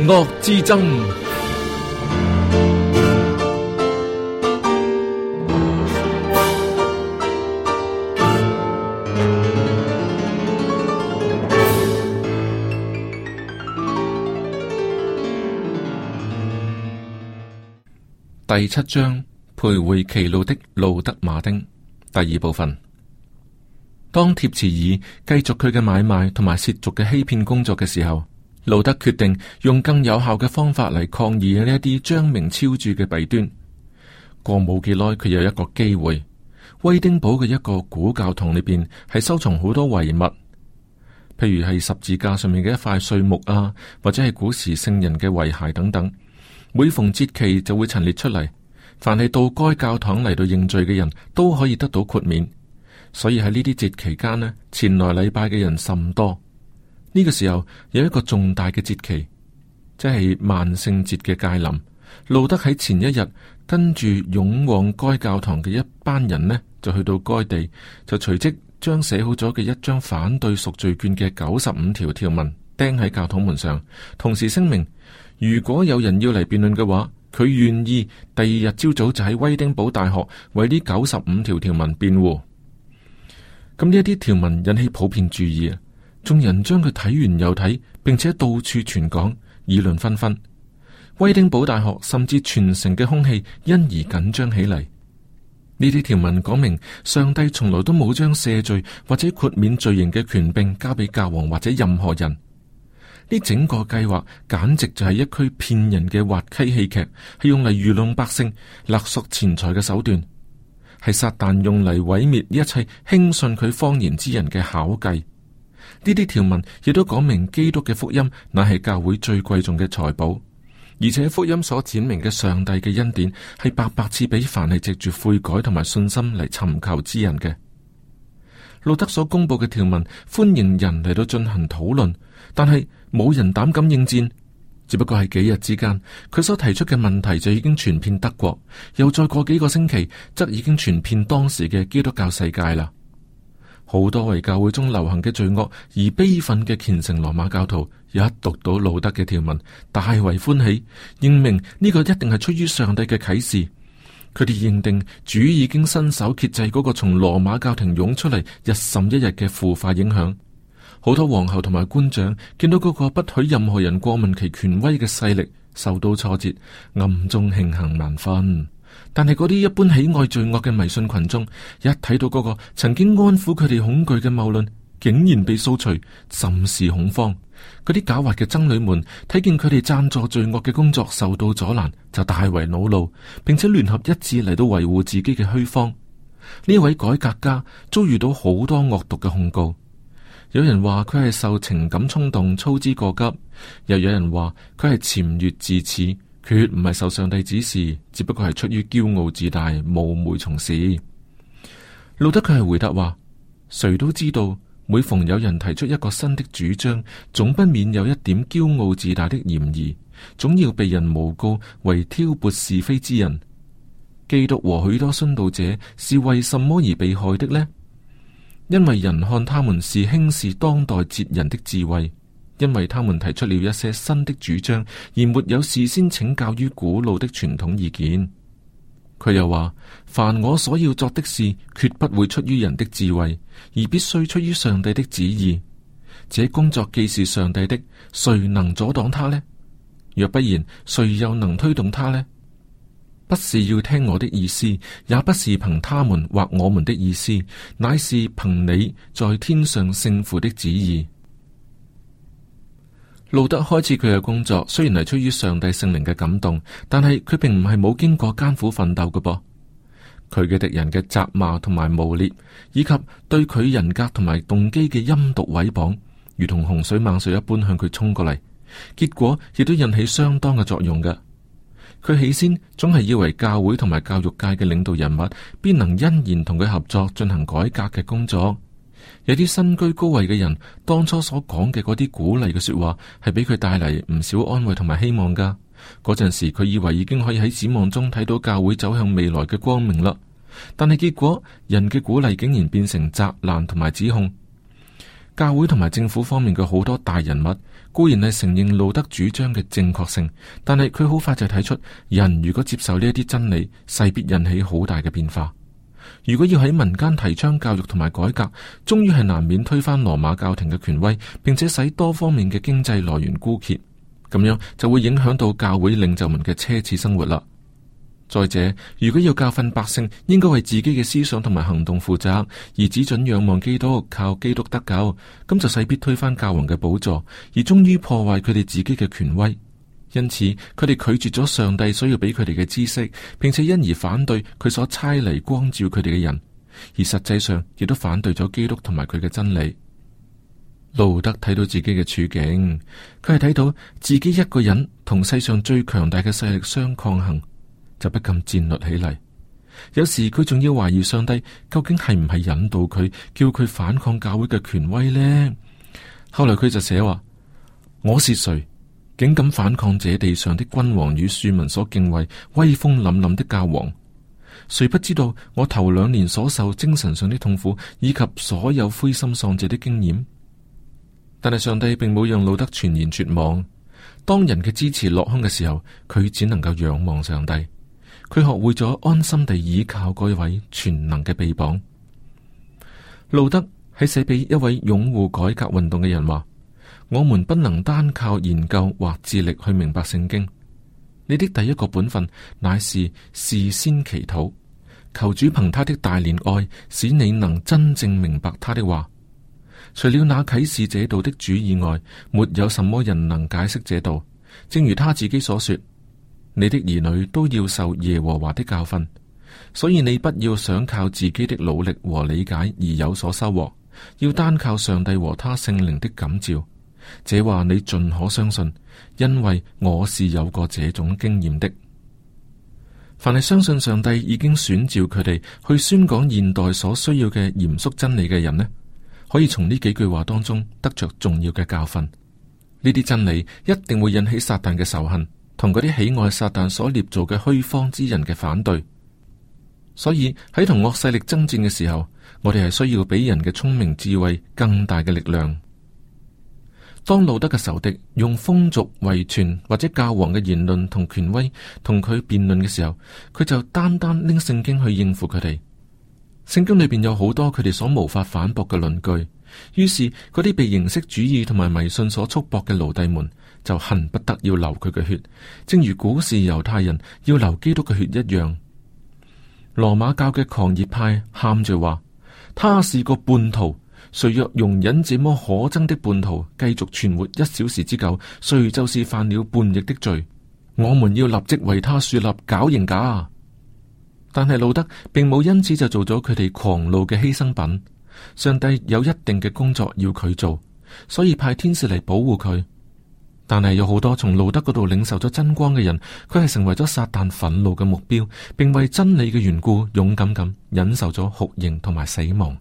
惡之爭。第7章，徘徊歧路的路德馬丁，第2部分。當帖茨爾繼續佢嘅買賣同埋褻瀆嘅欺騙工作嘅時候，路德決定用更有效嘅方法嚟抗議呢一啲彰明昭著嘅弊端。過冇幾耐，佢有一個機會，威丁堡嘅一個古教堂裏邊係收藏好多遺物，譬如係十字架上面嘅一塊碎木啊，或者係古時聖人嘅遺骸等等。每逢節期就會陳列出嚟，凡係到該教堂嚟到認罪嘅人都可以得到豁免。所以喺呢啲節期間呢，前來禮拜嘅人甚多。呢個時候有一個重大嘅節期，即係萬聖節嘅駕臨。路德喺前一日跟住湧往該教堂嘅一班人呢，就去到該地，就隨即將寫好咗嘅一張反對贖罪券嘅95條條文釘喺教堂門上，同時聲明，如果有人要嚟辯論嘅話，佢願意第二日朝早就喺威丁堡大學為呢95條條文辯護。咁呢一啲條文引起普遍注意啊！眾人將佢睇完又睇，並且到處傳講，議論紛紛。威丁堡大學甚至全城嘅空氣因而緊張起嚟。呢啲條文講明，上帝從來都冇將赦罪或者豁免罪刑嘅權柄交俾教皇或者任何人。呢整個計劃簡直就係一區騙人嘅滑稽戲劇，係用嚟愚弄百姓、勒索錢財嘅手段。係撒旦用嚟毀滅一切輕信佢謊言之人嘅巧計。呢啲條文亦都講明基督嘅福音乃係教會最貴重嘅財寶，而且福音所闡明嘅上帝嘅恩典係白白賜俾凡係藉住悔改同埋信心嚟尋求之人嘅。路德所公布嘅條文歡迎人嚟到進行討論，但係冇人膽敢應戰。只不過係幾日之間，佢所提出嘅問題就已經傳遍德國，又再過幾個星期，則已經傳遍當時嘅基督教世界啦。好多為教會中流行嘅罪惡而悲憤嘅虔誠羅馬教徒，一讀到路德嘅條文，大為歡喜，認明呢個一定係出於上帝嘅啟示。佢哋認定主已經伸手遏制嗰個從羅馬教廷湧出嚟日甚一日嘅腐化影響。好多皇后同埋官長見到嗰個不許任何人過問其權威嘅勢力受到挫折，暗中慶幸萬分。但係嗰啲一般喜愛罪惡嘅迷信群眾，一睇到嗰個曾經安撫佢哋恐懼嘅謬論竟然被掃除，甚是恐慌。嗰啲狡猾嘅僧侶們睇見佢哋贊助罪惡嘅工作受到阻攔，就大為惱怒，並且聯合一致嚟到維護自己嘅虛謊。呢位改革家遭遇到好多惡毒嘅控告。有人話佢係受情感衝動操之過急，又有人話佢係潛越自恃，決唔係受上帝指示，只不過係出於驕傲自大、冒昧從事。路德佢係回答話：誰都知道，每逢有人提出一個新的主張，總不免有一點驕傲自大的嫌疑，總要被人誣告為挑撥是非之人。基督和許多殉道者是為什麼而被害的呢？因為人看他們是輕視當代哲人的智慧，因為他們提出了一些新的主張，而沒有事先請教於古老的傳統意見。佢又話：凡我所要作的事，決不會出於人的智慧，而必須出於上帝的旨意。這工作既是上帝的，誰能阻擋他呢？若不然，誰又能推動他呢？不是要聽我的意思，也不是憑他們或我們的意思，乃是憑你在天上聖父的旨意。路德開始佢嘅工作，雖然係出於上帝聖靈嘅感動，但係佢並唔係冇經過艱苦奮鬥嘅噃。佢嘅敵人嘅責罵同埋誣衊，以及對佢人格同埋動機嘅陰毒毀謗，如同洪水猛獸一般向佢衝過嚟，結果亦都引起相當嘅作用嘅。佢起先總係以為教會同埋教育界嘅領導人物必能欣然同佢合作進行改革嘅工作。有啲身居高位嘅人當初所講嘅嗰啲鼓勵嘅說話，係俾佢帶嚟唔少安慰同埋希望噶。嗰陣時佢以為已經可以喺展望中睇到教會走向未來嘅光明啦，但係結果人嘅鼓勵竟然變成責難同埋指控。 教會同埋政府方面嘅好多大人物固然係承認路德主張嘅正確性，但係佢好快就睇出，人如果接受呢一啲真理，勢必引起好大嘅變化。如果要喺民間提倡教育同埋改革，終於係難免推翻羅馬教廷嘅權威，並且使多方面嘅經濟來源枯竭，咁樣就會影響到教會領袖們嘅奢侈生活啦。再者，如果要教訓百姓應該為自己嘅思想同埋行動負責，而只准仰望基督，靠基督得救，咁就勢必推翻教皇嘅寶座，而終於破壞佢哋自己嘅權威。因此，佢哋拒絕咗上帝所要俾佢哋嘅知識，並且因而反對佢所差嚟光照佢哋嘅人，而實際上亦都反對咗基督同埋佢嘅真理。路德睇到自己嘅處境，佢係睇到自己一個人同世上最強大嘅勢力相抗衡，就不禁戰慄起嚟。有時佢仲要懷疑上帝究竟係唔係引導佢，叫佢反抗教會嘅權威呢？後來佢就寫話：我是誰，竟敢反抗這地上的君王與庶民所敬畏、威風凜凜的教皇？誰不知道我頭2年所受精神上的痛苦，以及所有灰心喪志的經驗？但係上帝並冇讓路德全然絕望。當人嘅支持落空嘅時候，佢只能夠仰望上帝。佢學會咗安心地倚靠嗰位全能嘅臂膀。路德喺寫俾一位擁護改革運動嘅人話：我們不能單靠研究或智力去明白聖經。你的第一個本分乃是事先祈禱，求主憑他的大憐愛，使你能真正明白他的話。除了那啟示這道的主以外，沒有什麼人能解釋這道。正如他自己所說，你的兒女都要受耶和華的教訓，所以你不要想靠自己的努力和理解而有所收穫，要單靠上帝和他聖靈的感召。這話你盡可相信，因為我是有過這種經驗的。凡係相信上帝已經選召佢哋去宣講現代所需要嘅嚴肅真理嘅人呢，可以從呢幾句話當中得着重要嘅教訓。呢啲真理一定會引起撒旦嘅仇恨，同嗰啲喜愛撒旦所捏造嘅虛謊之人嘅反對。所以喺同惡勢力爭戰嘅時候，我哋係需要比人嘅聰明智慧更大嘅力量。當路德嘅仇敵用風俗遺傳或者教皇嘅言論同權威同佢辯論嘅時候，佢就單單拎聖經去應付佢哋。聖經裏邊有好多佢哋所無法反駁嘅論據，於是嗰啲被形式主義同埋迷信所束縛嘅奴隸們就恨不得要流佢嘅血，正如古時猶太人要流基督嘅血一樣。羅馬教嘅狂熱派喊住話：他是個叛徒，誰若容忍這麼可憎的叛徒繼續存活1小時之久，誰就是犯了叛逆的罪。我們要立即為他樹立絞刑架。但係路德並冇因此就做咗佢哋狂怒嘅犧牲品。上帝有一定嘅工作要佢做，所以派天使嚟保護佢。但係有好多從路德嗰度領受咗真光嘅人，佢係成為咗撒旦憤怒嘅目標，並為真理嘅緣故勇敢咁忍受咗酷刑同埋死亡。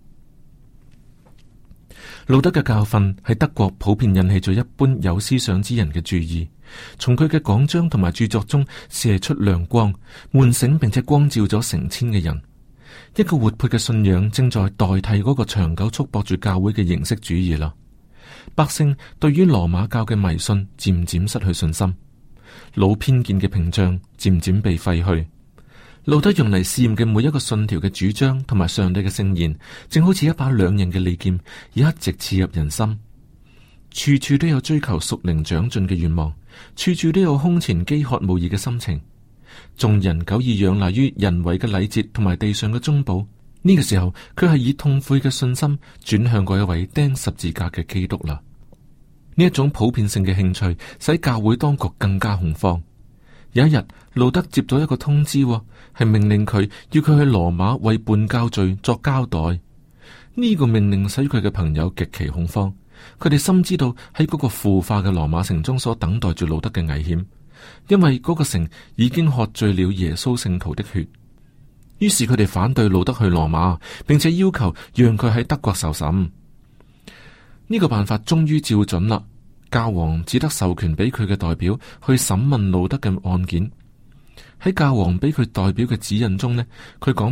路德嘅教訓喺德國普遍引起咗一般有思想之人嘅注意，從佢嘅講章同埋著作中射出亮光，喚醒並且光照咗成千嘅人。一個活潑嘅信仰正在代替嗰個長久束縛住教會嘅形式主義啦。百姓對於羅馬教嘅迷信漸漸失去信心，老偏見嘅屏障漸漸被廢去。路德用嚟試驗嘅每一個信條嘅主張同埋上帝嘅聖言，正好似一把兩刃嘅利劍，一直刺入人心。處處都有追求屬靈長進嘅願望，處處都有空前飢渴慕義嘅心情。眾人久已仰賴於人為嘅禮節同埋地上嘅中保，呢個時候佢係以痛悔嘅信心轉向過一位釘十字架嘅基督啦。呢一種普遍性嘅興趣使教會當局更加恐慌。有一日，路德接到一個通知，係命令佢要佢去羅馬為叛教罪作交代。呢個命令使佢嘅朋友極其恐慌，佢哋深知道喺嗰個腐化嘅羅馬城中所等待住路德嘅危險，因為嗰個城已經喝醉了耶穌聖徒的血。於是佢哋反對路德去羅馬，並且要求讓佢喺德國受審。呢個辦法終於照準啦。教皇只得授權俾佢嘅代表去審問路德嘅案件。喺教皇俾佢代表嘅指引中呢，佢講明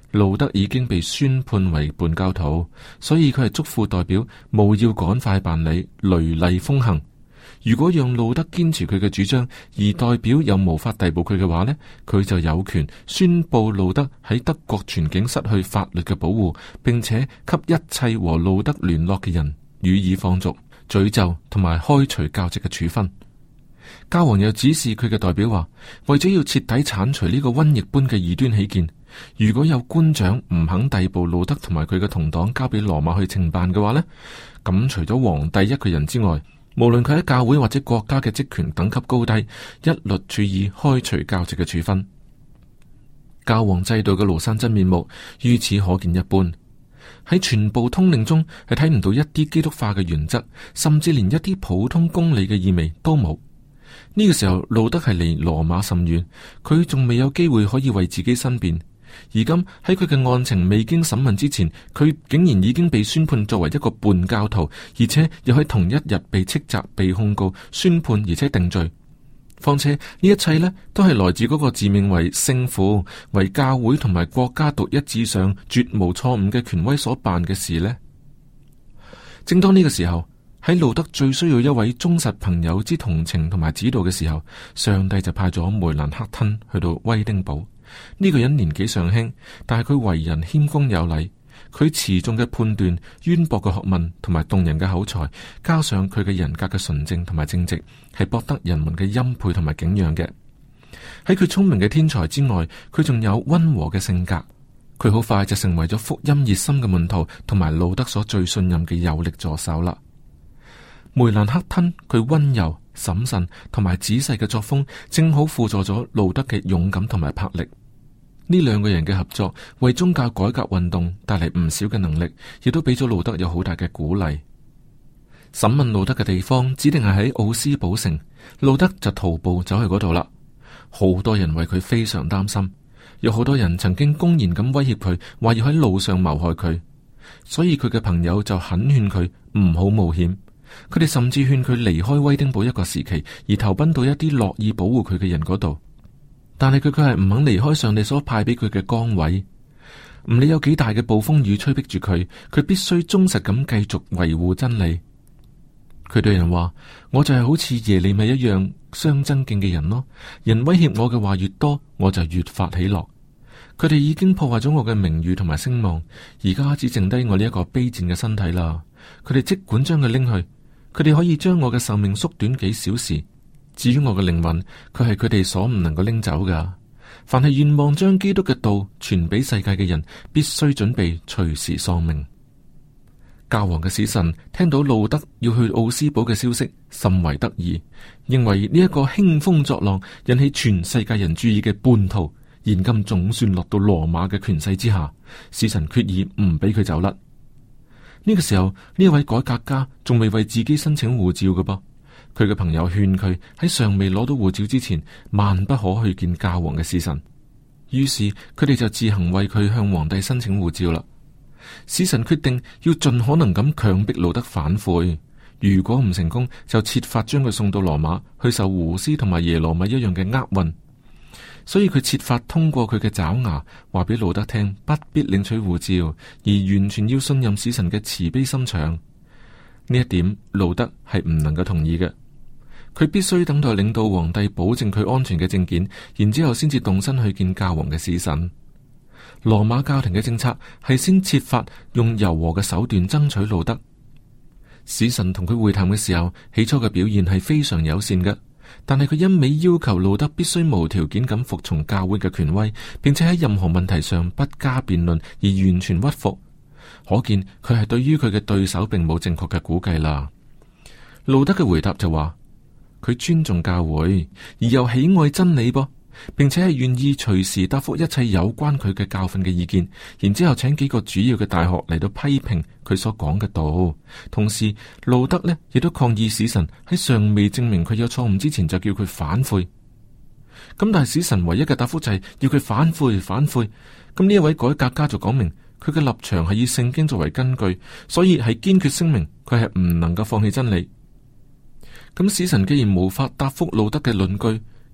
路德已經被宣判為叛教徒，所以佢係囑咐代表務要趕快辦理，雷厲風行。如果讓路德堅持佢嘅主張，而代表又無法逮捕佢嘅話呢，佢就有權宣布路德喺德國全境失去法律嘅保護，並且給一切和路德聯絡嘅人予以放逐、詛咒同埋開除教籍嘅處分。教皇又指示佢嘅代表話，為咗要徹底鏟除呢個瘟疫般嘅異端起見，如果有官長唔肯逮捕路德同埋佢嘅同黨交俾羅馬去懲辦嘅話呢，咁除咗皇帝一個人之外，無論佢喺教會或者國家嘅職權等級高低，一律處以開除教籍嘅處分。教皇制度嘅廬山真面目於此可見一斑。喺全部通令中係睇唔到一啲基督化嘅原則，甚至連一啲普通公理嘅意味都冇。呢個時候，路德係離羅馬甚遠，佢仲未有機會可以為自己申辯。而今喺佢嘅案情未經審問之前，佢竟然已經被宣判作為一個叛教徒，而且又喺同一日被斥責、被控告、宣判而且定罪。況且呢一切呢，都係來自嗰個自命為聖父、為教會同埋國家獨一至上、絕無錯誤嘅權威所辦嘅事呢。正當呢個時候，喺路德最需要一位忠實朋友之同情同埋指導嘅時候，上帝就派咗梅蘭克吞去到威丁堡。呢個人年紀尚輕，但係佢為人謙恭有禮，佢持重嘅判斷、淵博嘅學問同埋動人嘅口才，加上佢嘅人格嘅純正同埋正直，係博得人們嘅欽佩同埋敬仰嘅。喺佢聰明嘅天才之外，佢仲有溫和嘅性格。佢好快就成為咗福音熱心嘅門徒，同埋路德所最信任嘅有力助手啦。梅蘭克吞佢溫柔、審慎同埋仔細嘅作風，正好輔助咗路德嘅勇敢同埋魄力。呢兩個人嘅合作，為宗教改革運動帶嚟唔少嘅能力，亦都俾咗路德有好大嘅鼓勵。審問路德嘅地方指定係喺奧斯堡城，路德就徒步走去嗰度啦。好多人為佢非常擔心，有好多人曾經公然咁威脅佢，話要喺路上謀害佢，所以佢嘅朋友就懇勸佢唔好冒險。佢哋甚至勸佢離開威丁堡一個時期，而投奔到一啲樂意保護佢嘅人嗰度。但係佢係唔肯離開上帝所派俾佢嘅崗位，唔理有幾大嘅暴風雨吹逼住佢，佢必須忠實咁繼續維護真理。佢對人話：我就係好似耶利米一樣相爭競嘅人咯。人威脅我嘅話越多，我就越發喜樂。佢哋已經破壞咗我嘅名譽同埋聲望，而家只剩低我呢一個卑賤嘅身體啦。佢哋即管將佢拎去，佢哋可以將我嘅壽命縮短幾小時。至於我嘅靈魂，佢係佢哋所唔能夠拎走噶。凡係願望將基督嘅道傳俾世界嘅人，必須準備隨時喪命。教皇嘅使臣聽到路德要去奧斯堡嘅消息，甚為得意，認為呢一個興風作浪、引起全世界人注意嘅叛徒，現今總算落到羅馬嘅權勢之下。使臣決意唔俾佢走甩。呢個時候，呢位改革家仲未為自己申請護照嘅噃。佢嘅朋友勸佢喺尚未攞到護照之前，萬不可去見教皇嘅使臣。於是佢哋就自行為佢向皇帝申請護照啦。使臣決定要盡可能咁強迫路德反悔，如果唔成功，就設法將佢送到羅馬去受胡斯同埋耶羅米一樣嘅厄運。所以佢設法通過佢嘅爪牙，話俾路德聽，不必領取護照，而完全要信任使臣嘅慈悲心腸。呢一點路德係唔能夠同意嘅。佢必須等待領導皇帝保證佢安全嘅證件，然之後先至動身去見教皇嘅使臣。羅馬教廷嘅政策係先設法用柔和嘅手段爭取路德。使臣同佢會談嘅時候，起初嘅表現係非常友善嘅，但係佢一味要求路德必須無條件咁服從教會嘅權威，並且喺任何問題上不加辯論而完全屈服。可見佢係對於佢嘅對手並冇正確嘅估計啦。路德嘅回答就話：佢尊重教會，而又喜愛真理噃，並且係願意隨時答覆一切有關佢嘅教訓嘅意見。然之後請幾個主要嘅大學嚟到批評佢所講嘅道。同時，路德呢亦都抗議使臣喺尚未證明佢有錯誤之前就叫佢反悔。咁但係使臣唯一嘅答覆就係要佢反悔。咁呢一位改革家就講明佢嘅立場係以聖經作為根據，所以係堅決聲明佢係唔能夠放棄真理。咁使臣既然無法答覆路德嘅論據，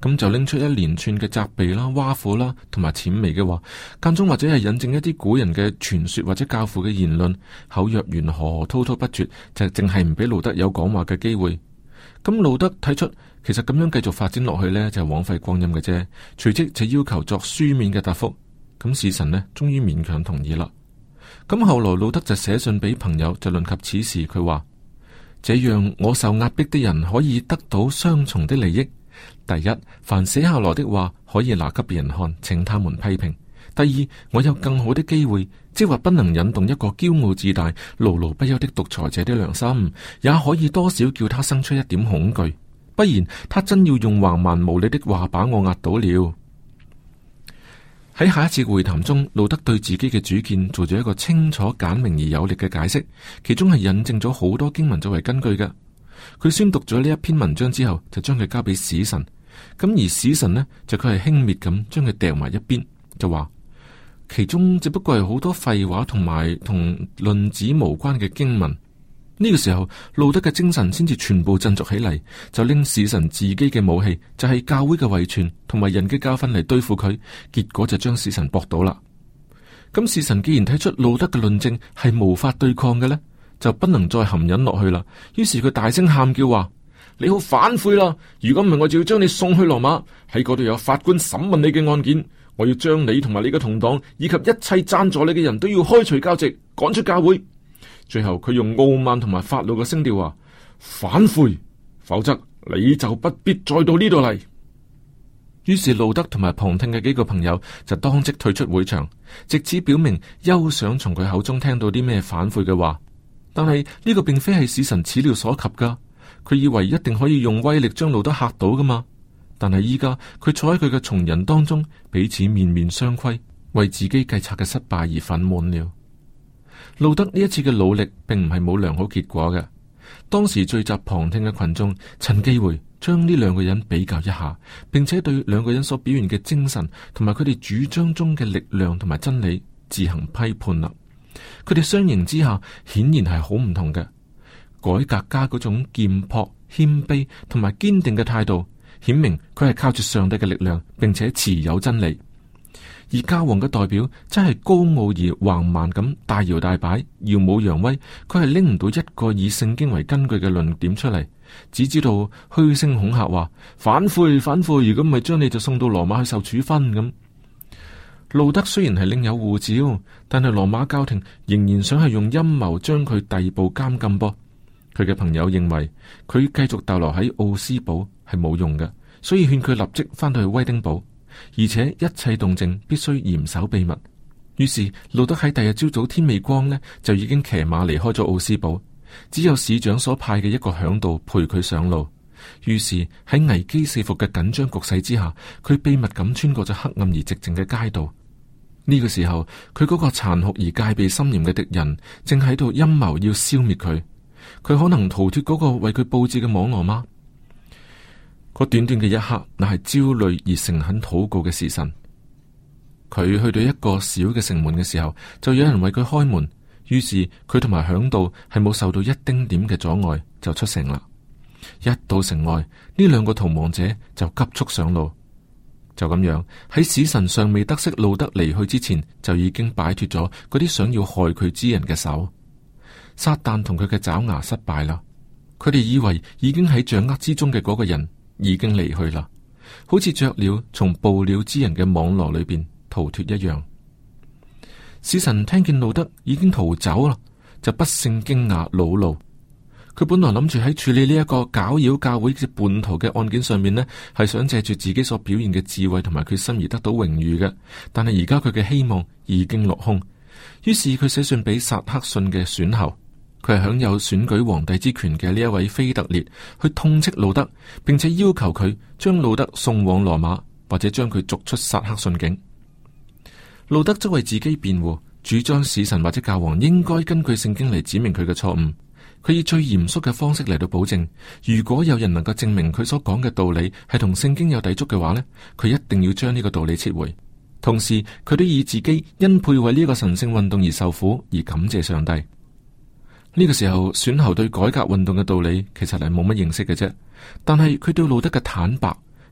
咁就拎出一連串嘅責備啦、挖苦啦，同埋諂媚嘅話，間中或者係引證一啲古人嘅傳說或者教父嘅言論，口若懸河、滔滔不絕，就淨係唔俾路德有講話嘅機會。咁路德睇出，其實咁樣繼續發展落去呢，就係枉費光陰嘅啫。隨即就要求作書面嘅答覆。咁使臣呢，終於勉強同意啦。咁後來路德就寫信俾朋友，就論及此事，佢話：這樣我受壓迫的人可以得到雙重的利益。第一，凡寫下來的話可以拿給別人看，請他們批評；第二，我有更好的機會，即或不能引動一個驕傲自大、勞勞不休的獨裁者的良心，也可以多少叫他生出一點恐懼。不然，他真要用橫蠻無理的話把我壓倒了。喺下一次會談中，路德對自己嘅主見做咗一個清楚、簡明而有力嘅解釋，其中係引證咗好多經文作為根據嘅。佢宣讀咗呢一篇文章之後，就將佢交俾使臣。咁而使臣呢，就佢係輕蔑咁將佢掟埋一邊，就話其中只不過係好多廢話同埋同論旨無關嘅經文。呢個時候，路德嘅精神先至全部振作起嚟，就拎使臣自己嘅武器，就係教會嘅遺傳同埋人嘅教訓嚟對付佢，結果就將使臣駁倒啦。咁使臣既然睇出路德嘅論證係無法對抗嘅呢，就不能再含忍落去啦。於是佢大聲喊叫話：你好反悔啦！如果唔係，我就要將你送去羅馬，喺嗰度有法官審問你嘅案件。我要將你同埋你嘅同黨以及一切贊助你嘅人都要開除教籍，趕出教會。最後佢用傲慢同埋發怒嘅聲調話：反悔，否則你就不必再到呢度嚟。於是路德同埋旁聽嘅幾個朋友就當即退出會場，借此表明休想從佢口中聽到啲咩反悔嘅話。但係呢個並非係使臣始料所及噶，佢以為一定可以用威力將路德嚇到噶嘛。但係依家佢坐喺佢嘅從人當中，彼此面面相窺，為自己計策嘅失敗而憤懣了。路德呢一次嘅努力並唔係冇良好結果嘅。當時聚集旁聽嘅群眾趁機會將呢兩個人比較一下，並且對兩個人所表現嘅精神同埋佢哋主張中嘅力量同埋真理自行批判啦。佢哋相形之下顯然係好唔同嘅。改革家嗰種儉樸、謙卑同埋堅定嘅態度，顯明佢係靠住上帝嘅力量，並且持有真理。而教皇嘅代表真係高傲而橫蠻咁大搖大擺、耀武揚威，佢係拎唔到一個以聖經為根據嘅論點出嚟，只知道噓聲恐嚇話反悔反悔，如果唔係將你就送到羅馬去受處分咁。路德雖然係領有護照，但係羅馬教廷仍然想係用陰謀將佢逮捕監禁噃。佢嘅朋友認為佢繼續逗留喺奧斯堡係冇用嘅，所以勸佢立即翻到去威丁堡。而且一切動靜必須嚴守秘密。於是路德喺第二日朝早天未光呢，就已經騎馬離開咗奧斯堡，只有市長所派嘅一個響度陪佢上路。於是喺危機四伏嘅緊張局勢之下，佢秘密咁穿過咗黑暗而寂靜嘅街道。呢個時候，佢嗰個殘酷而戒備森嚴嘅敵人正喺度陰謀要消滅佢。佢可能逃脫嗰個為佢布置嘅網羅嗎？嗰短短嘅一刻，那係焦慮而誠懇禱告嘅時辰。佢去到一個小嘅城門嘅時候，就有人為佢開門。於是佢同埋響度係冇受到一丁點嘅阻礙，就出城啦。一到城外，呢兩個逃亡者就急速上路。就咁樣喺使臣尚未得悉路德離去之前，就已經擺脫咗嗰啲想要害佢之人嘅手。撒旦同佢嘅爪牙失敗啦。佢哋以為已經喺掌握之中嘅嗰個人已經離去啦，好似雀鳥從捕鳥之人嘅網羅裏邊逃脫一樣。使臣聽見路德已經逃走啦，就不勝驚訝惱怒。佢本來諗住喺處理呢一個攪擾教會嘅叛徒嘅案件上面呢，係想借住自己所表現嘅智慧同埋決心而得到榮譽嘅。但係而家佢嘅希望已經落空，於是佢寫信俾薩克遜嘅選侯。佢係享有選舉皇帝之權嘅呢一位腓特烈，去痛斥路德，並且要求佢將路德送往羅馬，或者將佢逐出薩克遜境。路德則為自己辯護，主張使臣或者教皇應該根據聖經嚟指明佢嘅錯誤。佢以最嚴肅嘅方式嚟到保證，如果有人能夠證明佢所講嘅道理係同聖經有抵觸嘅話呢，佢一定要將呢個道理撤回。同時，佢都以自己因配為呢個神聖運動而受苦而感謝上帝。呢個時候，選侯對改革運動嘅道理其實係冇乜認識嘅啫，但係佢對路德嘅坦白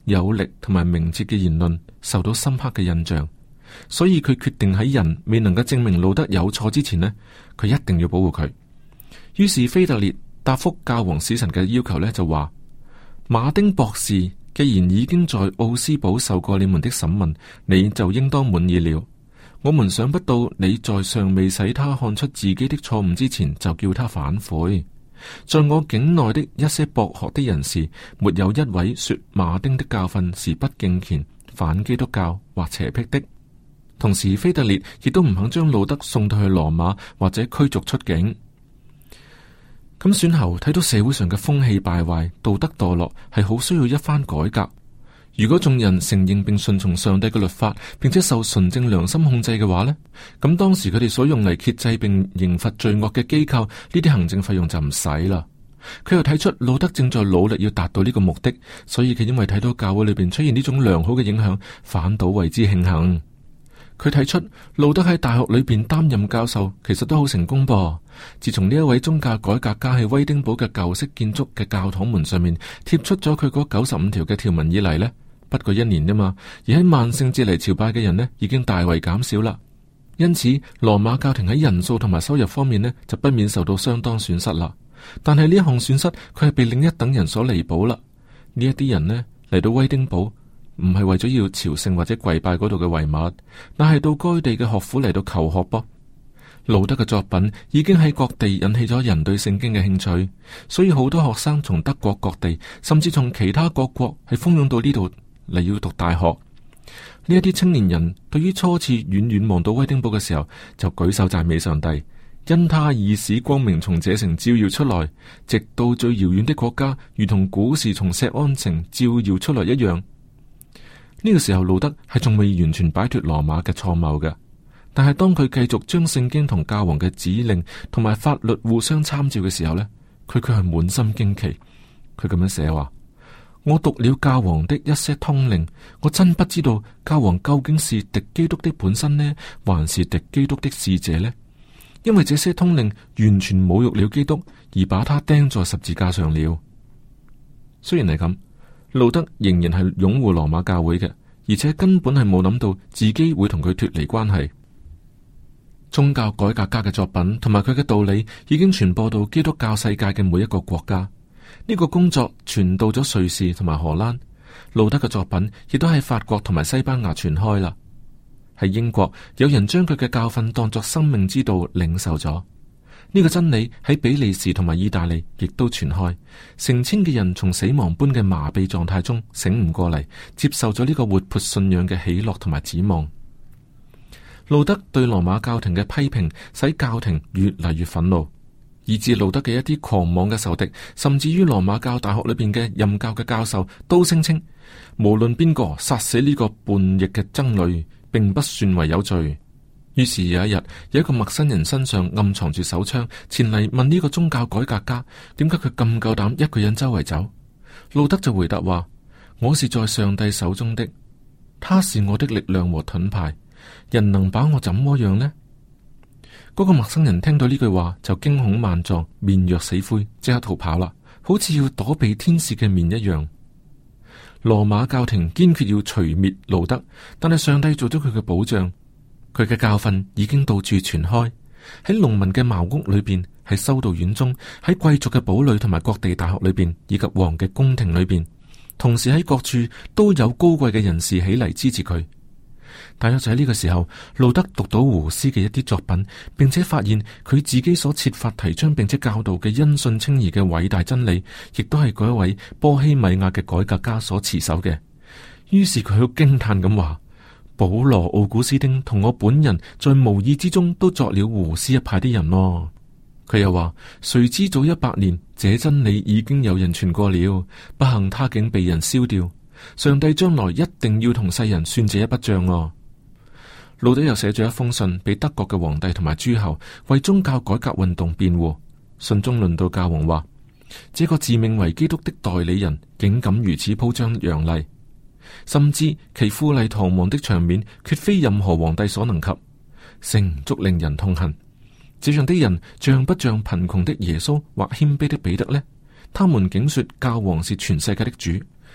有力同埋明哲嘅言論受到深刻嘅印象，所以佢決定喺人未能夠證明路德有錯之前呢，佢一定要保護佢。於是腓特烈答覆教皇使臣嘅要求呢，就話：馬丁博士既然已經在奧斯堡受過你們的審問，你就應當滿意了。我們想不到你在尚未使他看出自己的錯誤之前，就叫他反悔。在我境內的一些博學的人士，沒有一位說馬丁的教訓是不敬虔、反基督教或邪僻的。同時，腓特烈亦都唔肯將路德送到去羅馬或者驅逐出境。咁選後睇到社會上嘅風氣敗壞、道德墮落，係好需要一番改革。如果眾人承認並順從上帝嘅律法，並且受純正良心控制嘅話呢，咁當時佢哋所用嚟遏制並刑罰罪惡嘅機構，呢啲行政費用就唔使啦。佢又睇出路德正在努力要達到呢個目的，所以佢因為睇到教會裏邊出現呢種良好嘅影響，反倒為之慶幸。佢睇出路德喺大學裏邊擔任教授，其實都好成功噃。自從呢一位宗教改革家喺威丁堡嘅舊式建築嘅教堂門上面貼出咗佢嗰95條嘅條文以嚟呢，不過1年啫嘛，而喺萬聖節嚟朝拜嘅人呢，已經大為減少啦。因此，羅馬教廷喺人數同埋收入方面呢，就不免受到相當損失啦。但係呢一項損失，佢係被另一等人所彌補啦。呢一啲人呢，嚟到威丁堡，唔係為咗要朝聖或者跪拜嗰度嘅遺物，但係到該地嘅學府嚟到求學噃。路德嘅作品已經喺各地引起咗人對聖經嘅興趣，所以好多學生從德國各地，甚至從其他各國係蜂擁到呢度嚟要讀大學。呢一啲青年人對於初次遠遠望到威丁堡嘅時候，就舉手讚美上帝，因他已使光明從這城照耀出來，直到最遙遠的國家，如同古時從錫安城照耀出來一樣。呢個時候，路德係仲未完全擺脫羅馬嘅錯謬嘅。但係當佢繼續將聖經同教皇嘅指令同埋法律互相參照嘅時候呢，佢卻係滿心驚奇。佢咁樣寫話：我讀了教皇的一些通令，我真不知道教皇究竟是敵基督的本身呢，還是敵基督的使者呢？因為這些通令完全侮辱了基督，而把他釘在十字架上了。雖然係咁，路德仍然係擁護羅馬教會嘅，而且根本係冇諗到自己會同佢脫離關係。宗教改革家嘅作品同埋佢嘅道理已經傳播到基督教世界嘅每一個國家。呢個工作傳到咗瑞士同埋荷蘭，路德嘅作品亦都喺法國同埋西班牙傳開啦。喺英國，有人將佢嘅教訓當作生命之道領受咗。呢個真理喺比利時同埋意大利亦都傳開，成千嘅人從死亡般嘅麻痹狀態中醒悟過嚟，接受咗呢個活潑信仰嘅喜樂同埋指望。路德對羅馬教廷嘅批評使教廷越嚟越憤怒，以致路德嘅一啲狂妄嘅仇敵，甚至於羅馬教大學裏邊嘅任教嘅教授都聲稱，無論邊個殺死呢個叛逆嘅僧侶，並不算為有罪。於是有一日，有一個陌生人身上暗藏住手槍，前嚟問呢個宗教改革家，點解佢咁夠膽一個人周圍走？路德就回答話：我是在上帝手中的，他是我的力量和盾牌。人能把我怎麼樣呢？嗰個陌生人聽到呢句話就驚恐萬狀，面若死灰，即刻逃跑啦，好似要躲避天使嘅面一樣。羅馬教廷堅決要除滅路德，但係上帝做咗佢嘅保障，佢嘅教訓已經到處傳開，喺農民嘅茅屋裏邊，喺修道院中，喺貴族嘅堡壘同埋各地大學裏邊，以及王嘅宮廷裏邊，同時喺各處都有高貴嘅人士起嚟支持佢。大約就喺呢個時候，路德讀到胡斯嘅一啲作品，並且發現佢自己所設法提倡並且教導嘅因信稱義嘅偉大真理，亦都係嗰一位波希米亞嘅改革家所持守嘅。於是佢好驚嘆咁話：保羅奧古斯丁同我本人在無意之中都作了胡斯一派啲人咯。佢又話：誰知早100年，這真理已經有人傳過了，不幸他竟被人燒掉。上帝將來一定要同世人算這一筆賬哦。路德又寫咗一封信俾德國嘅皇帝同埋諸侯，為宗教改革運動辯護。信中論到教皇話：這個自命為基督的代理人，竟敢如此鋪張揚厲，甚至其富麗堂皇的場面，絕非任何皇帝所能及，誠足令人痛恨。這樣的人像不像貧窮的耶穌或謙卑的彼得呢？他們竟說教皇是全世界的主，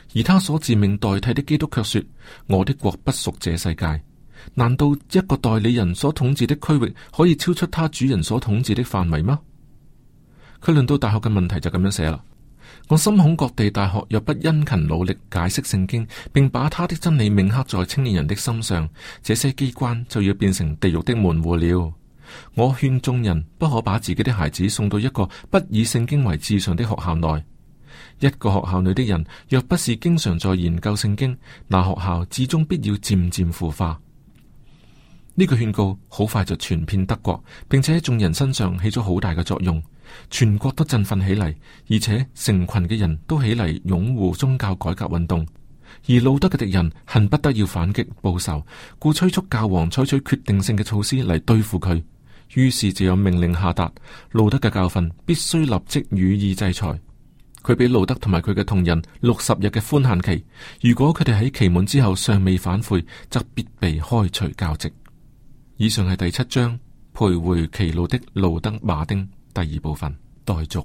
而他所自命代替的基督卻說：我的國不屬這世界。難道一個代理人所統治的區域可以超出他主人所統治的範圍嗎？佢論到大學嘅問題就咁樣寫啦：我深恐各地大學若不殷勤努力解釋聖經，並把他的真理銘刻在青年人的心上，這些機關就要變成地獄的門戶了。我勸眾人不可把自己的孩子送到一個不以聖經為至上的學校內。一個學校裏的人若不是經常在研究聖經，那學校至終必要漸漸腐化。呢個勸告好快就傳遍德國，並且喺眾人身上起咗好大嘅作用，全國都振奮起嚟，而且成群嘅人都起嚟擁護宗教改革運動。而路德嘅敵人恨不得要反擊報仇，故催促教皇採取決定性嘅措施嚟對付佢。於是就有命令下達，路德嘅教訓必須立即予以制裁。佢俾路德同埋佢嘅同仁60日嘅寬限期，如果佢哋喺期滿之後尚未反悔，則必被開除教職。以上係第7章徘徊歧路的路德馬丁第2部分待續。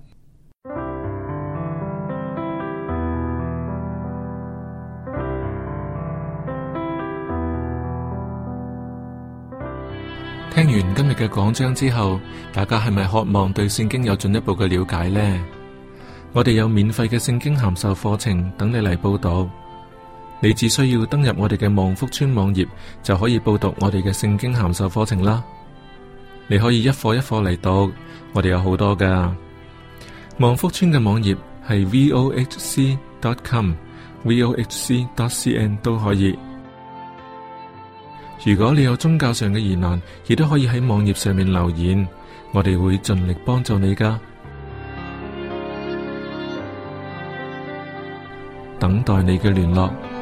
聽完今日嘅講章之後，大家係咪渴望對聖經有進一步嘅了解呢？我哋有免費嘅聖經函授課程等你嚟報讀，你只需要登入我哋嘅望福村網頁，就可以報讀我哋嘅聖經函授課程啦。你可以一課一課嚟讀，我哋有好多噶。望福村嘅網頁係 vohc.com、vohc.cn 都可以。如果你有宗教上嘅疑難，亦都可以喺網頁上面留言，我哋會盡力幫助你噶。等待你嘅聯絡。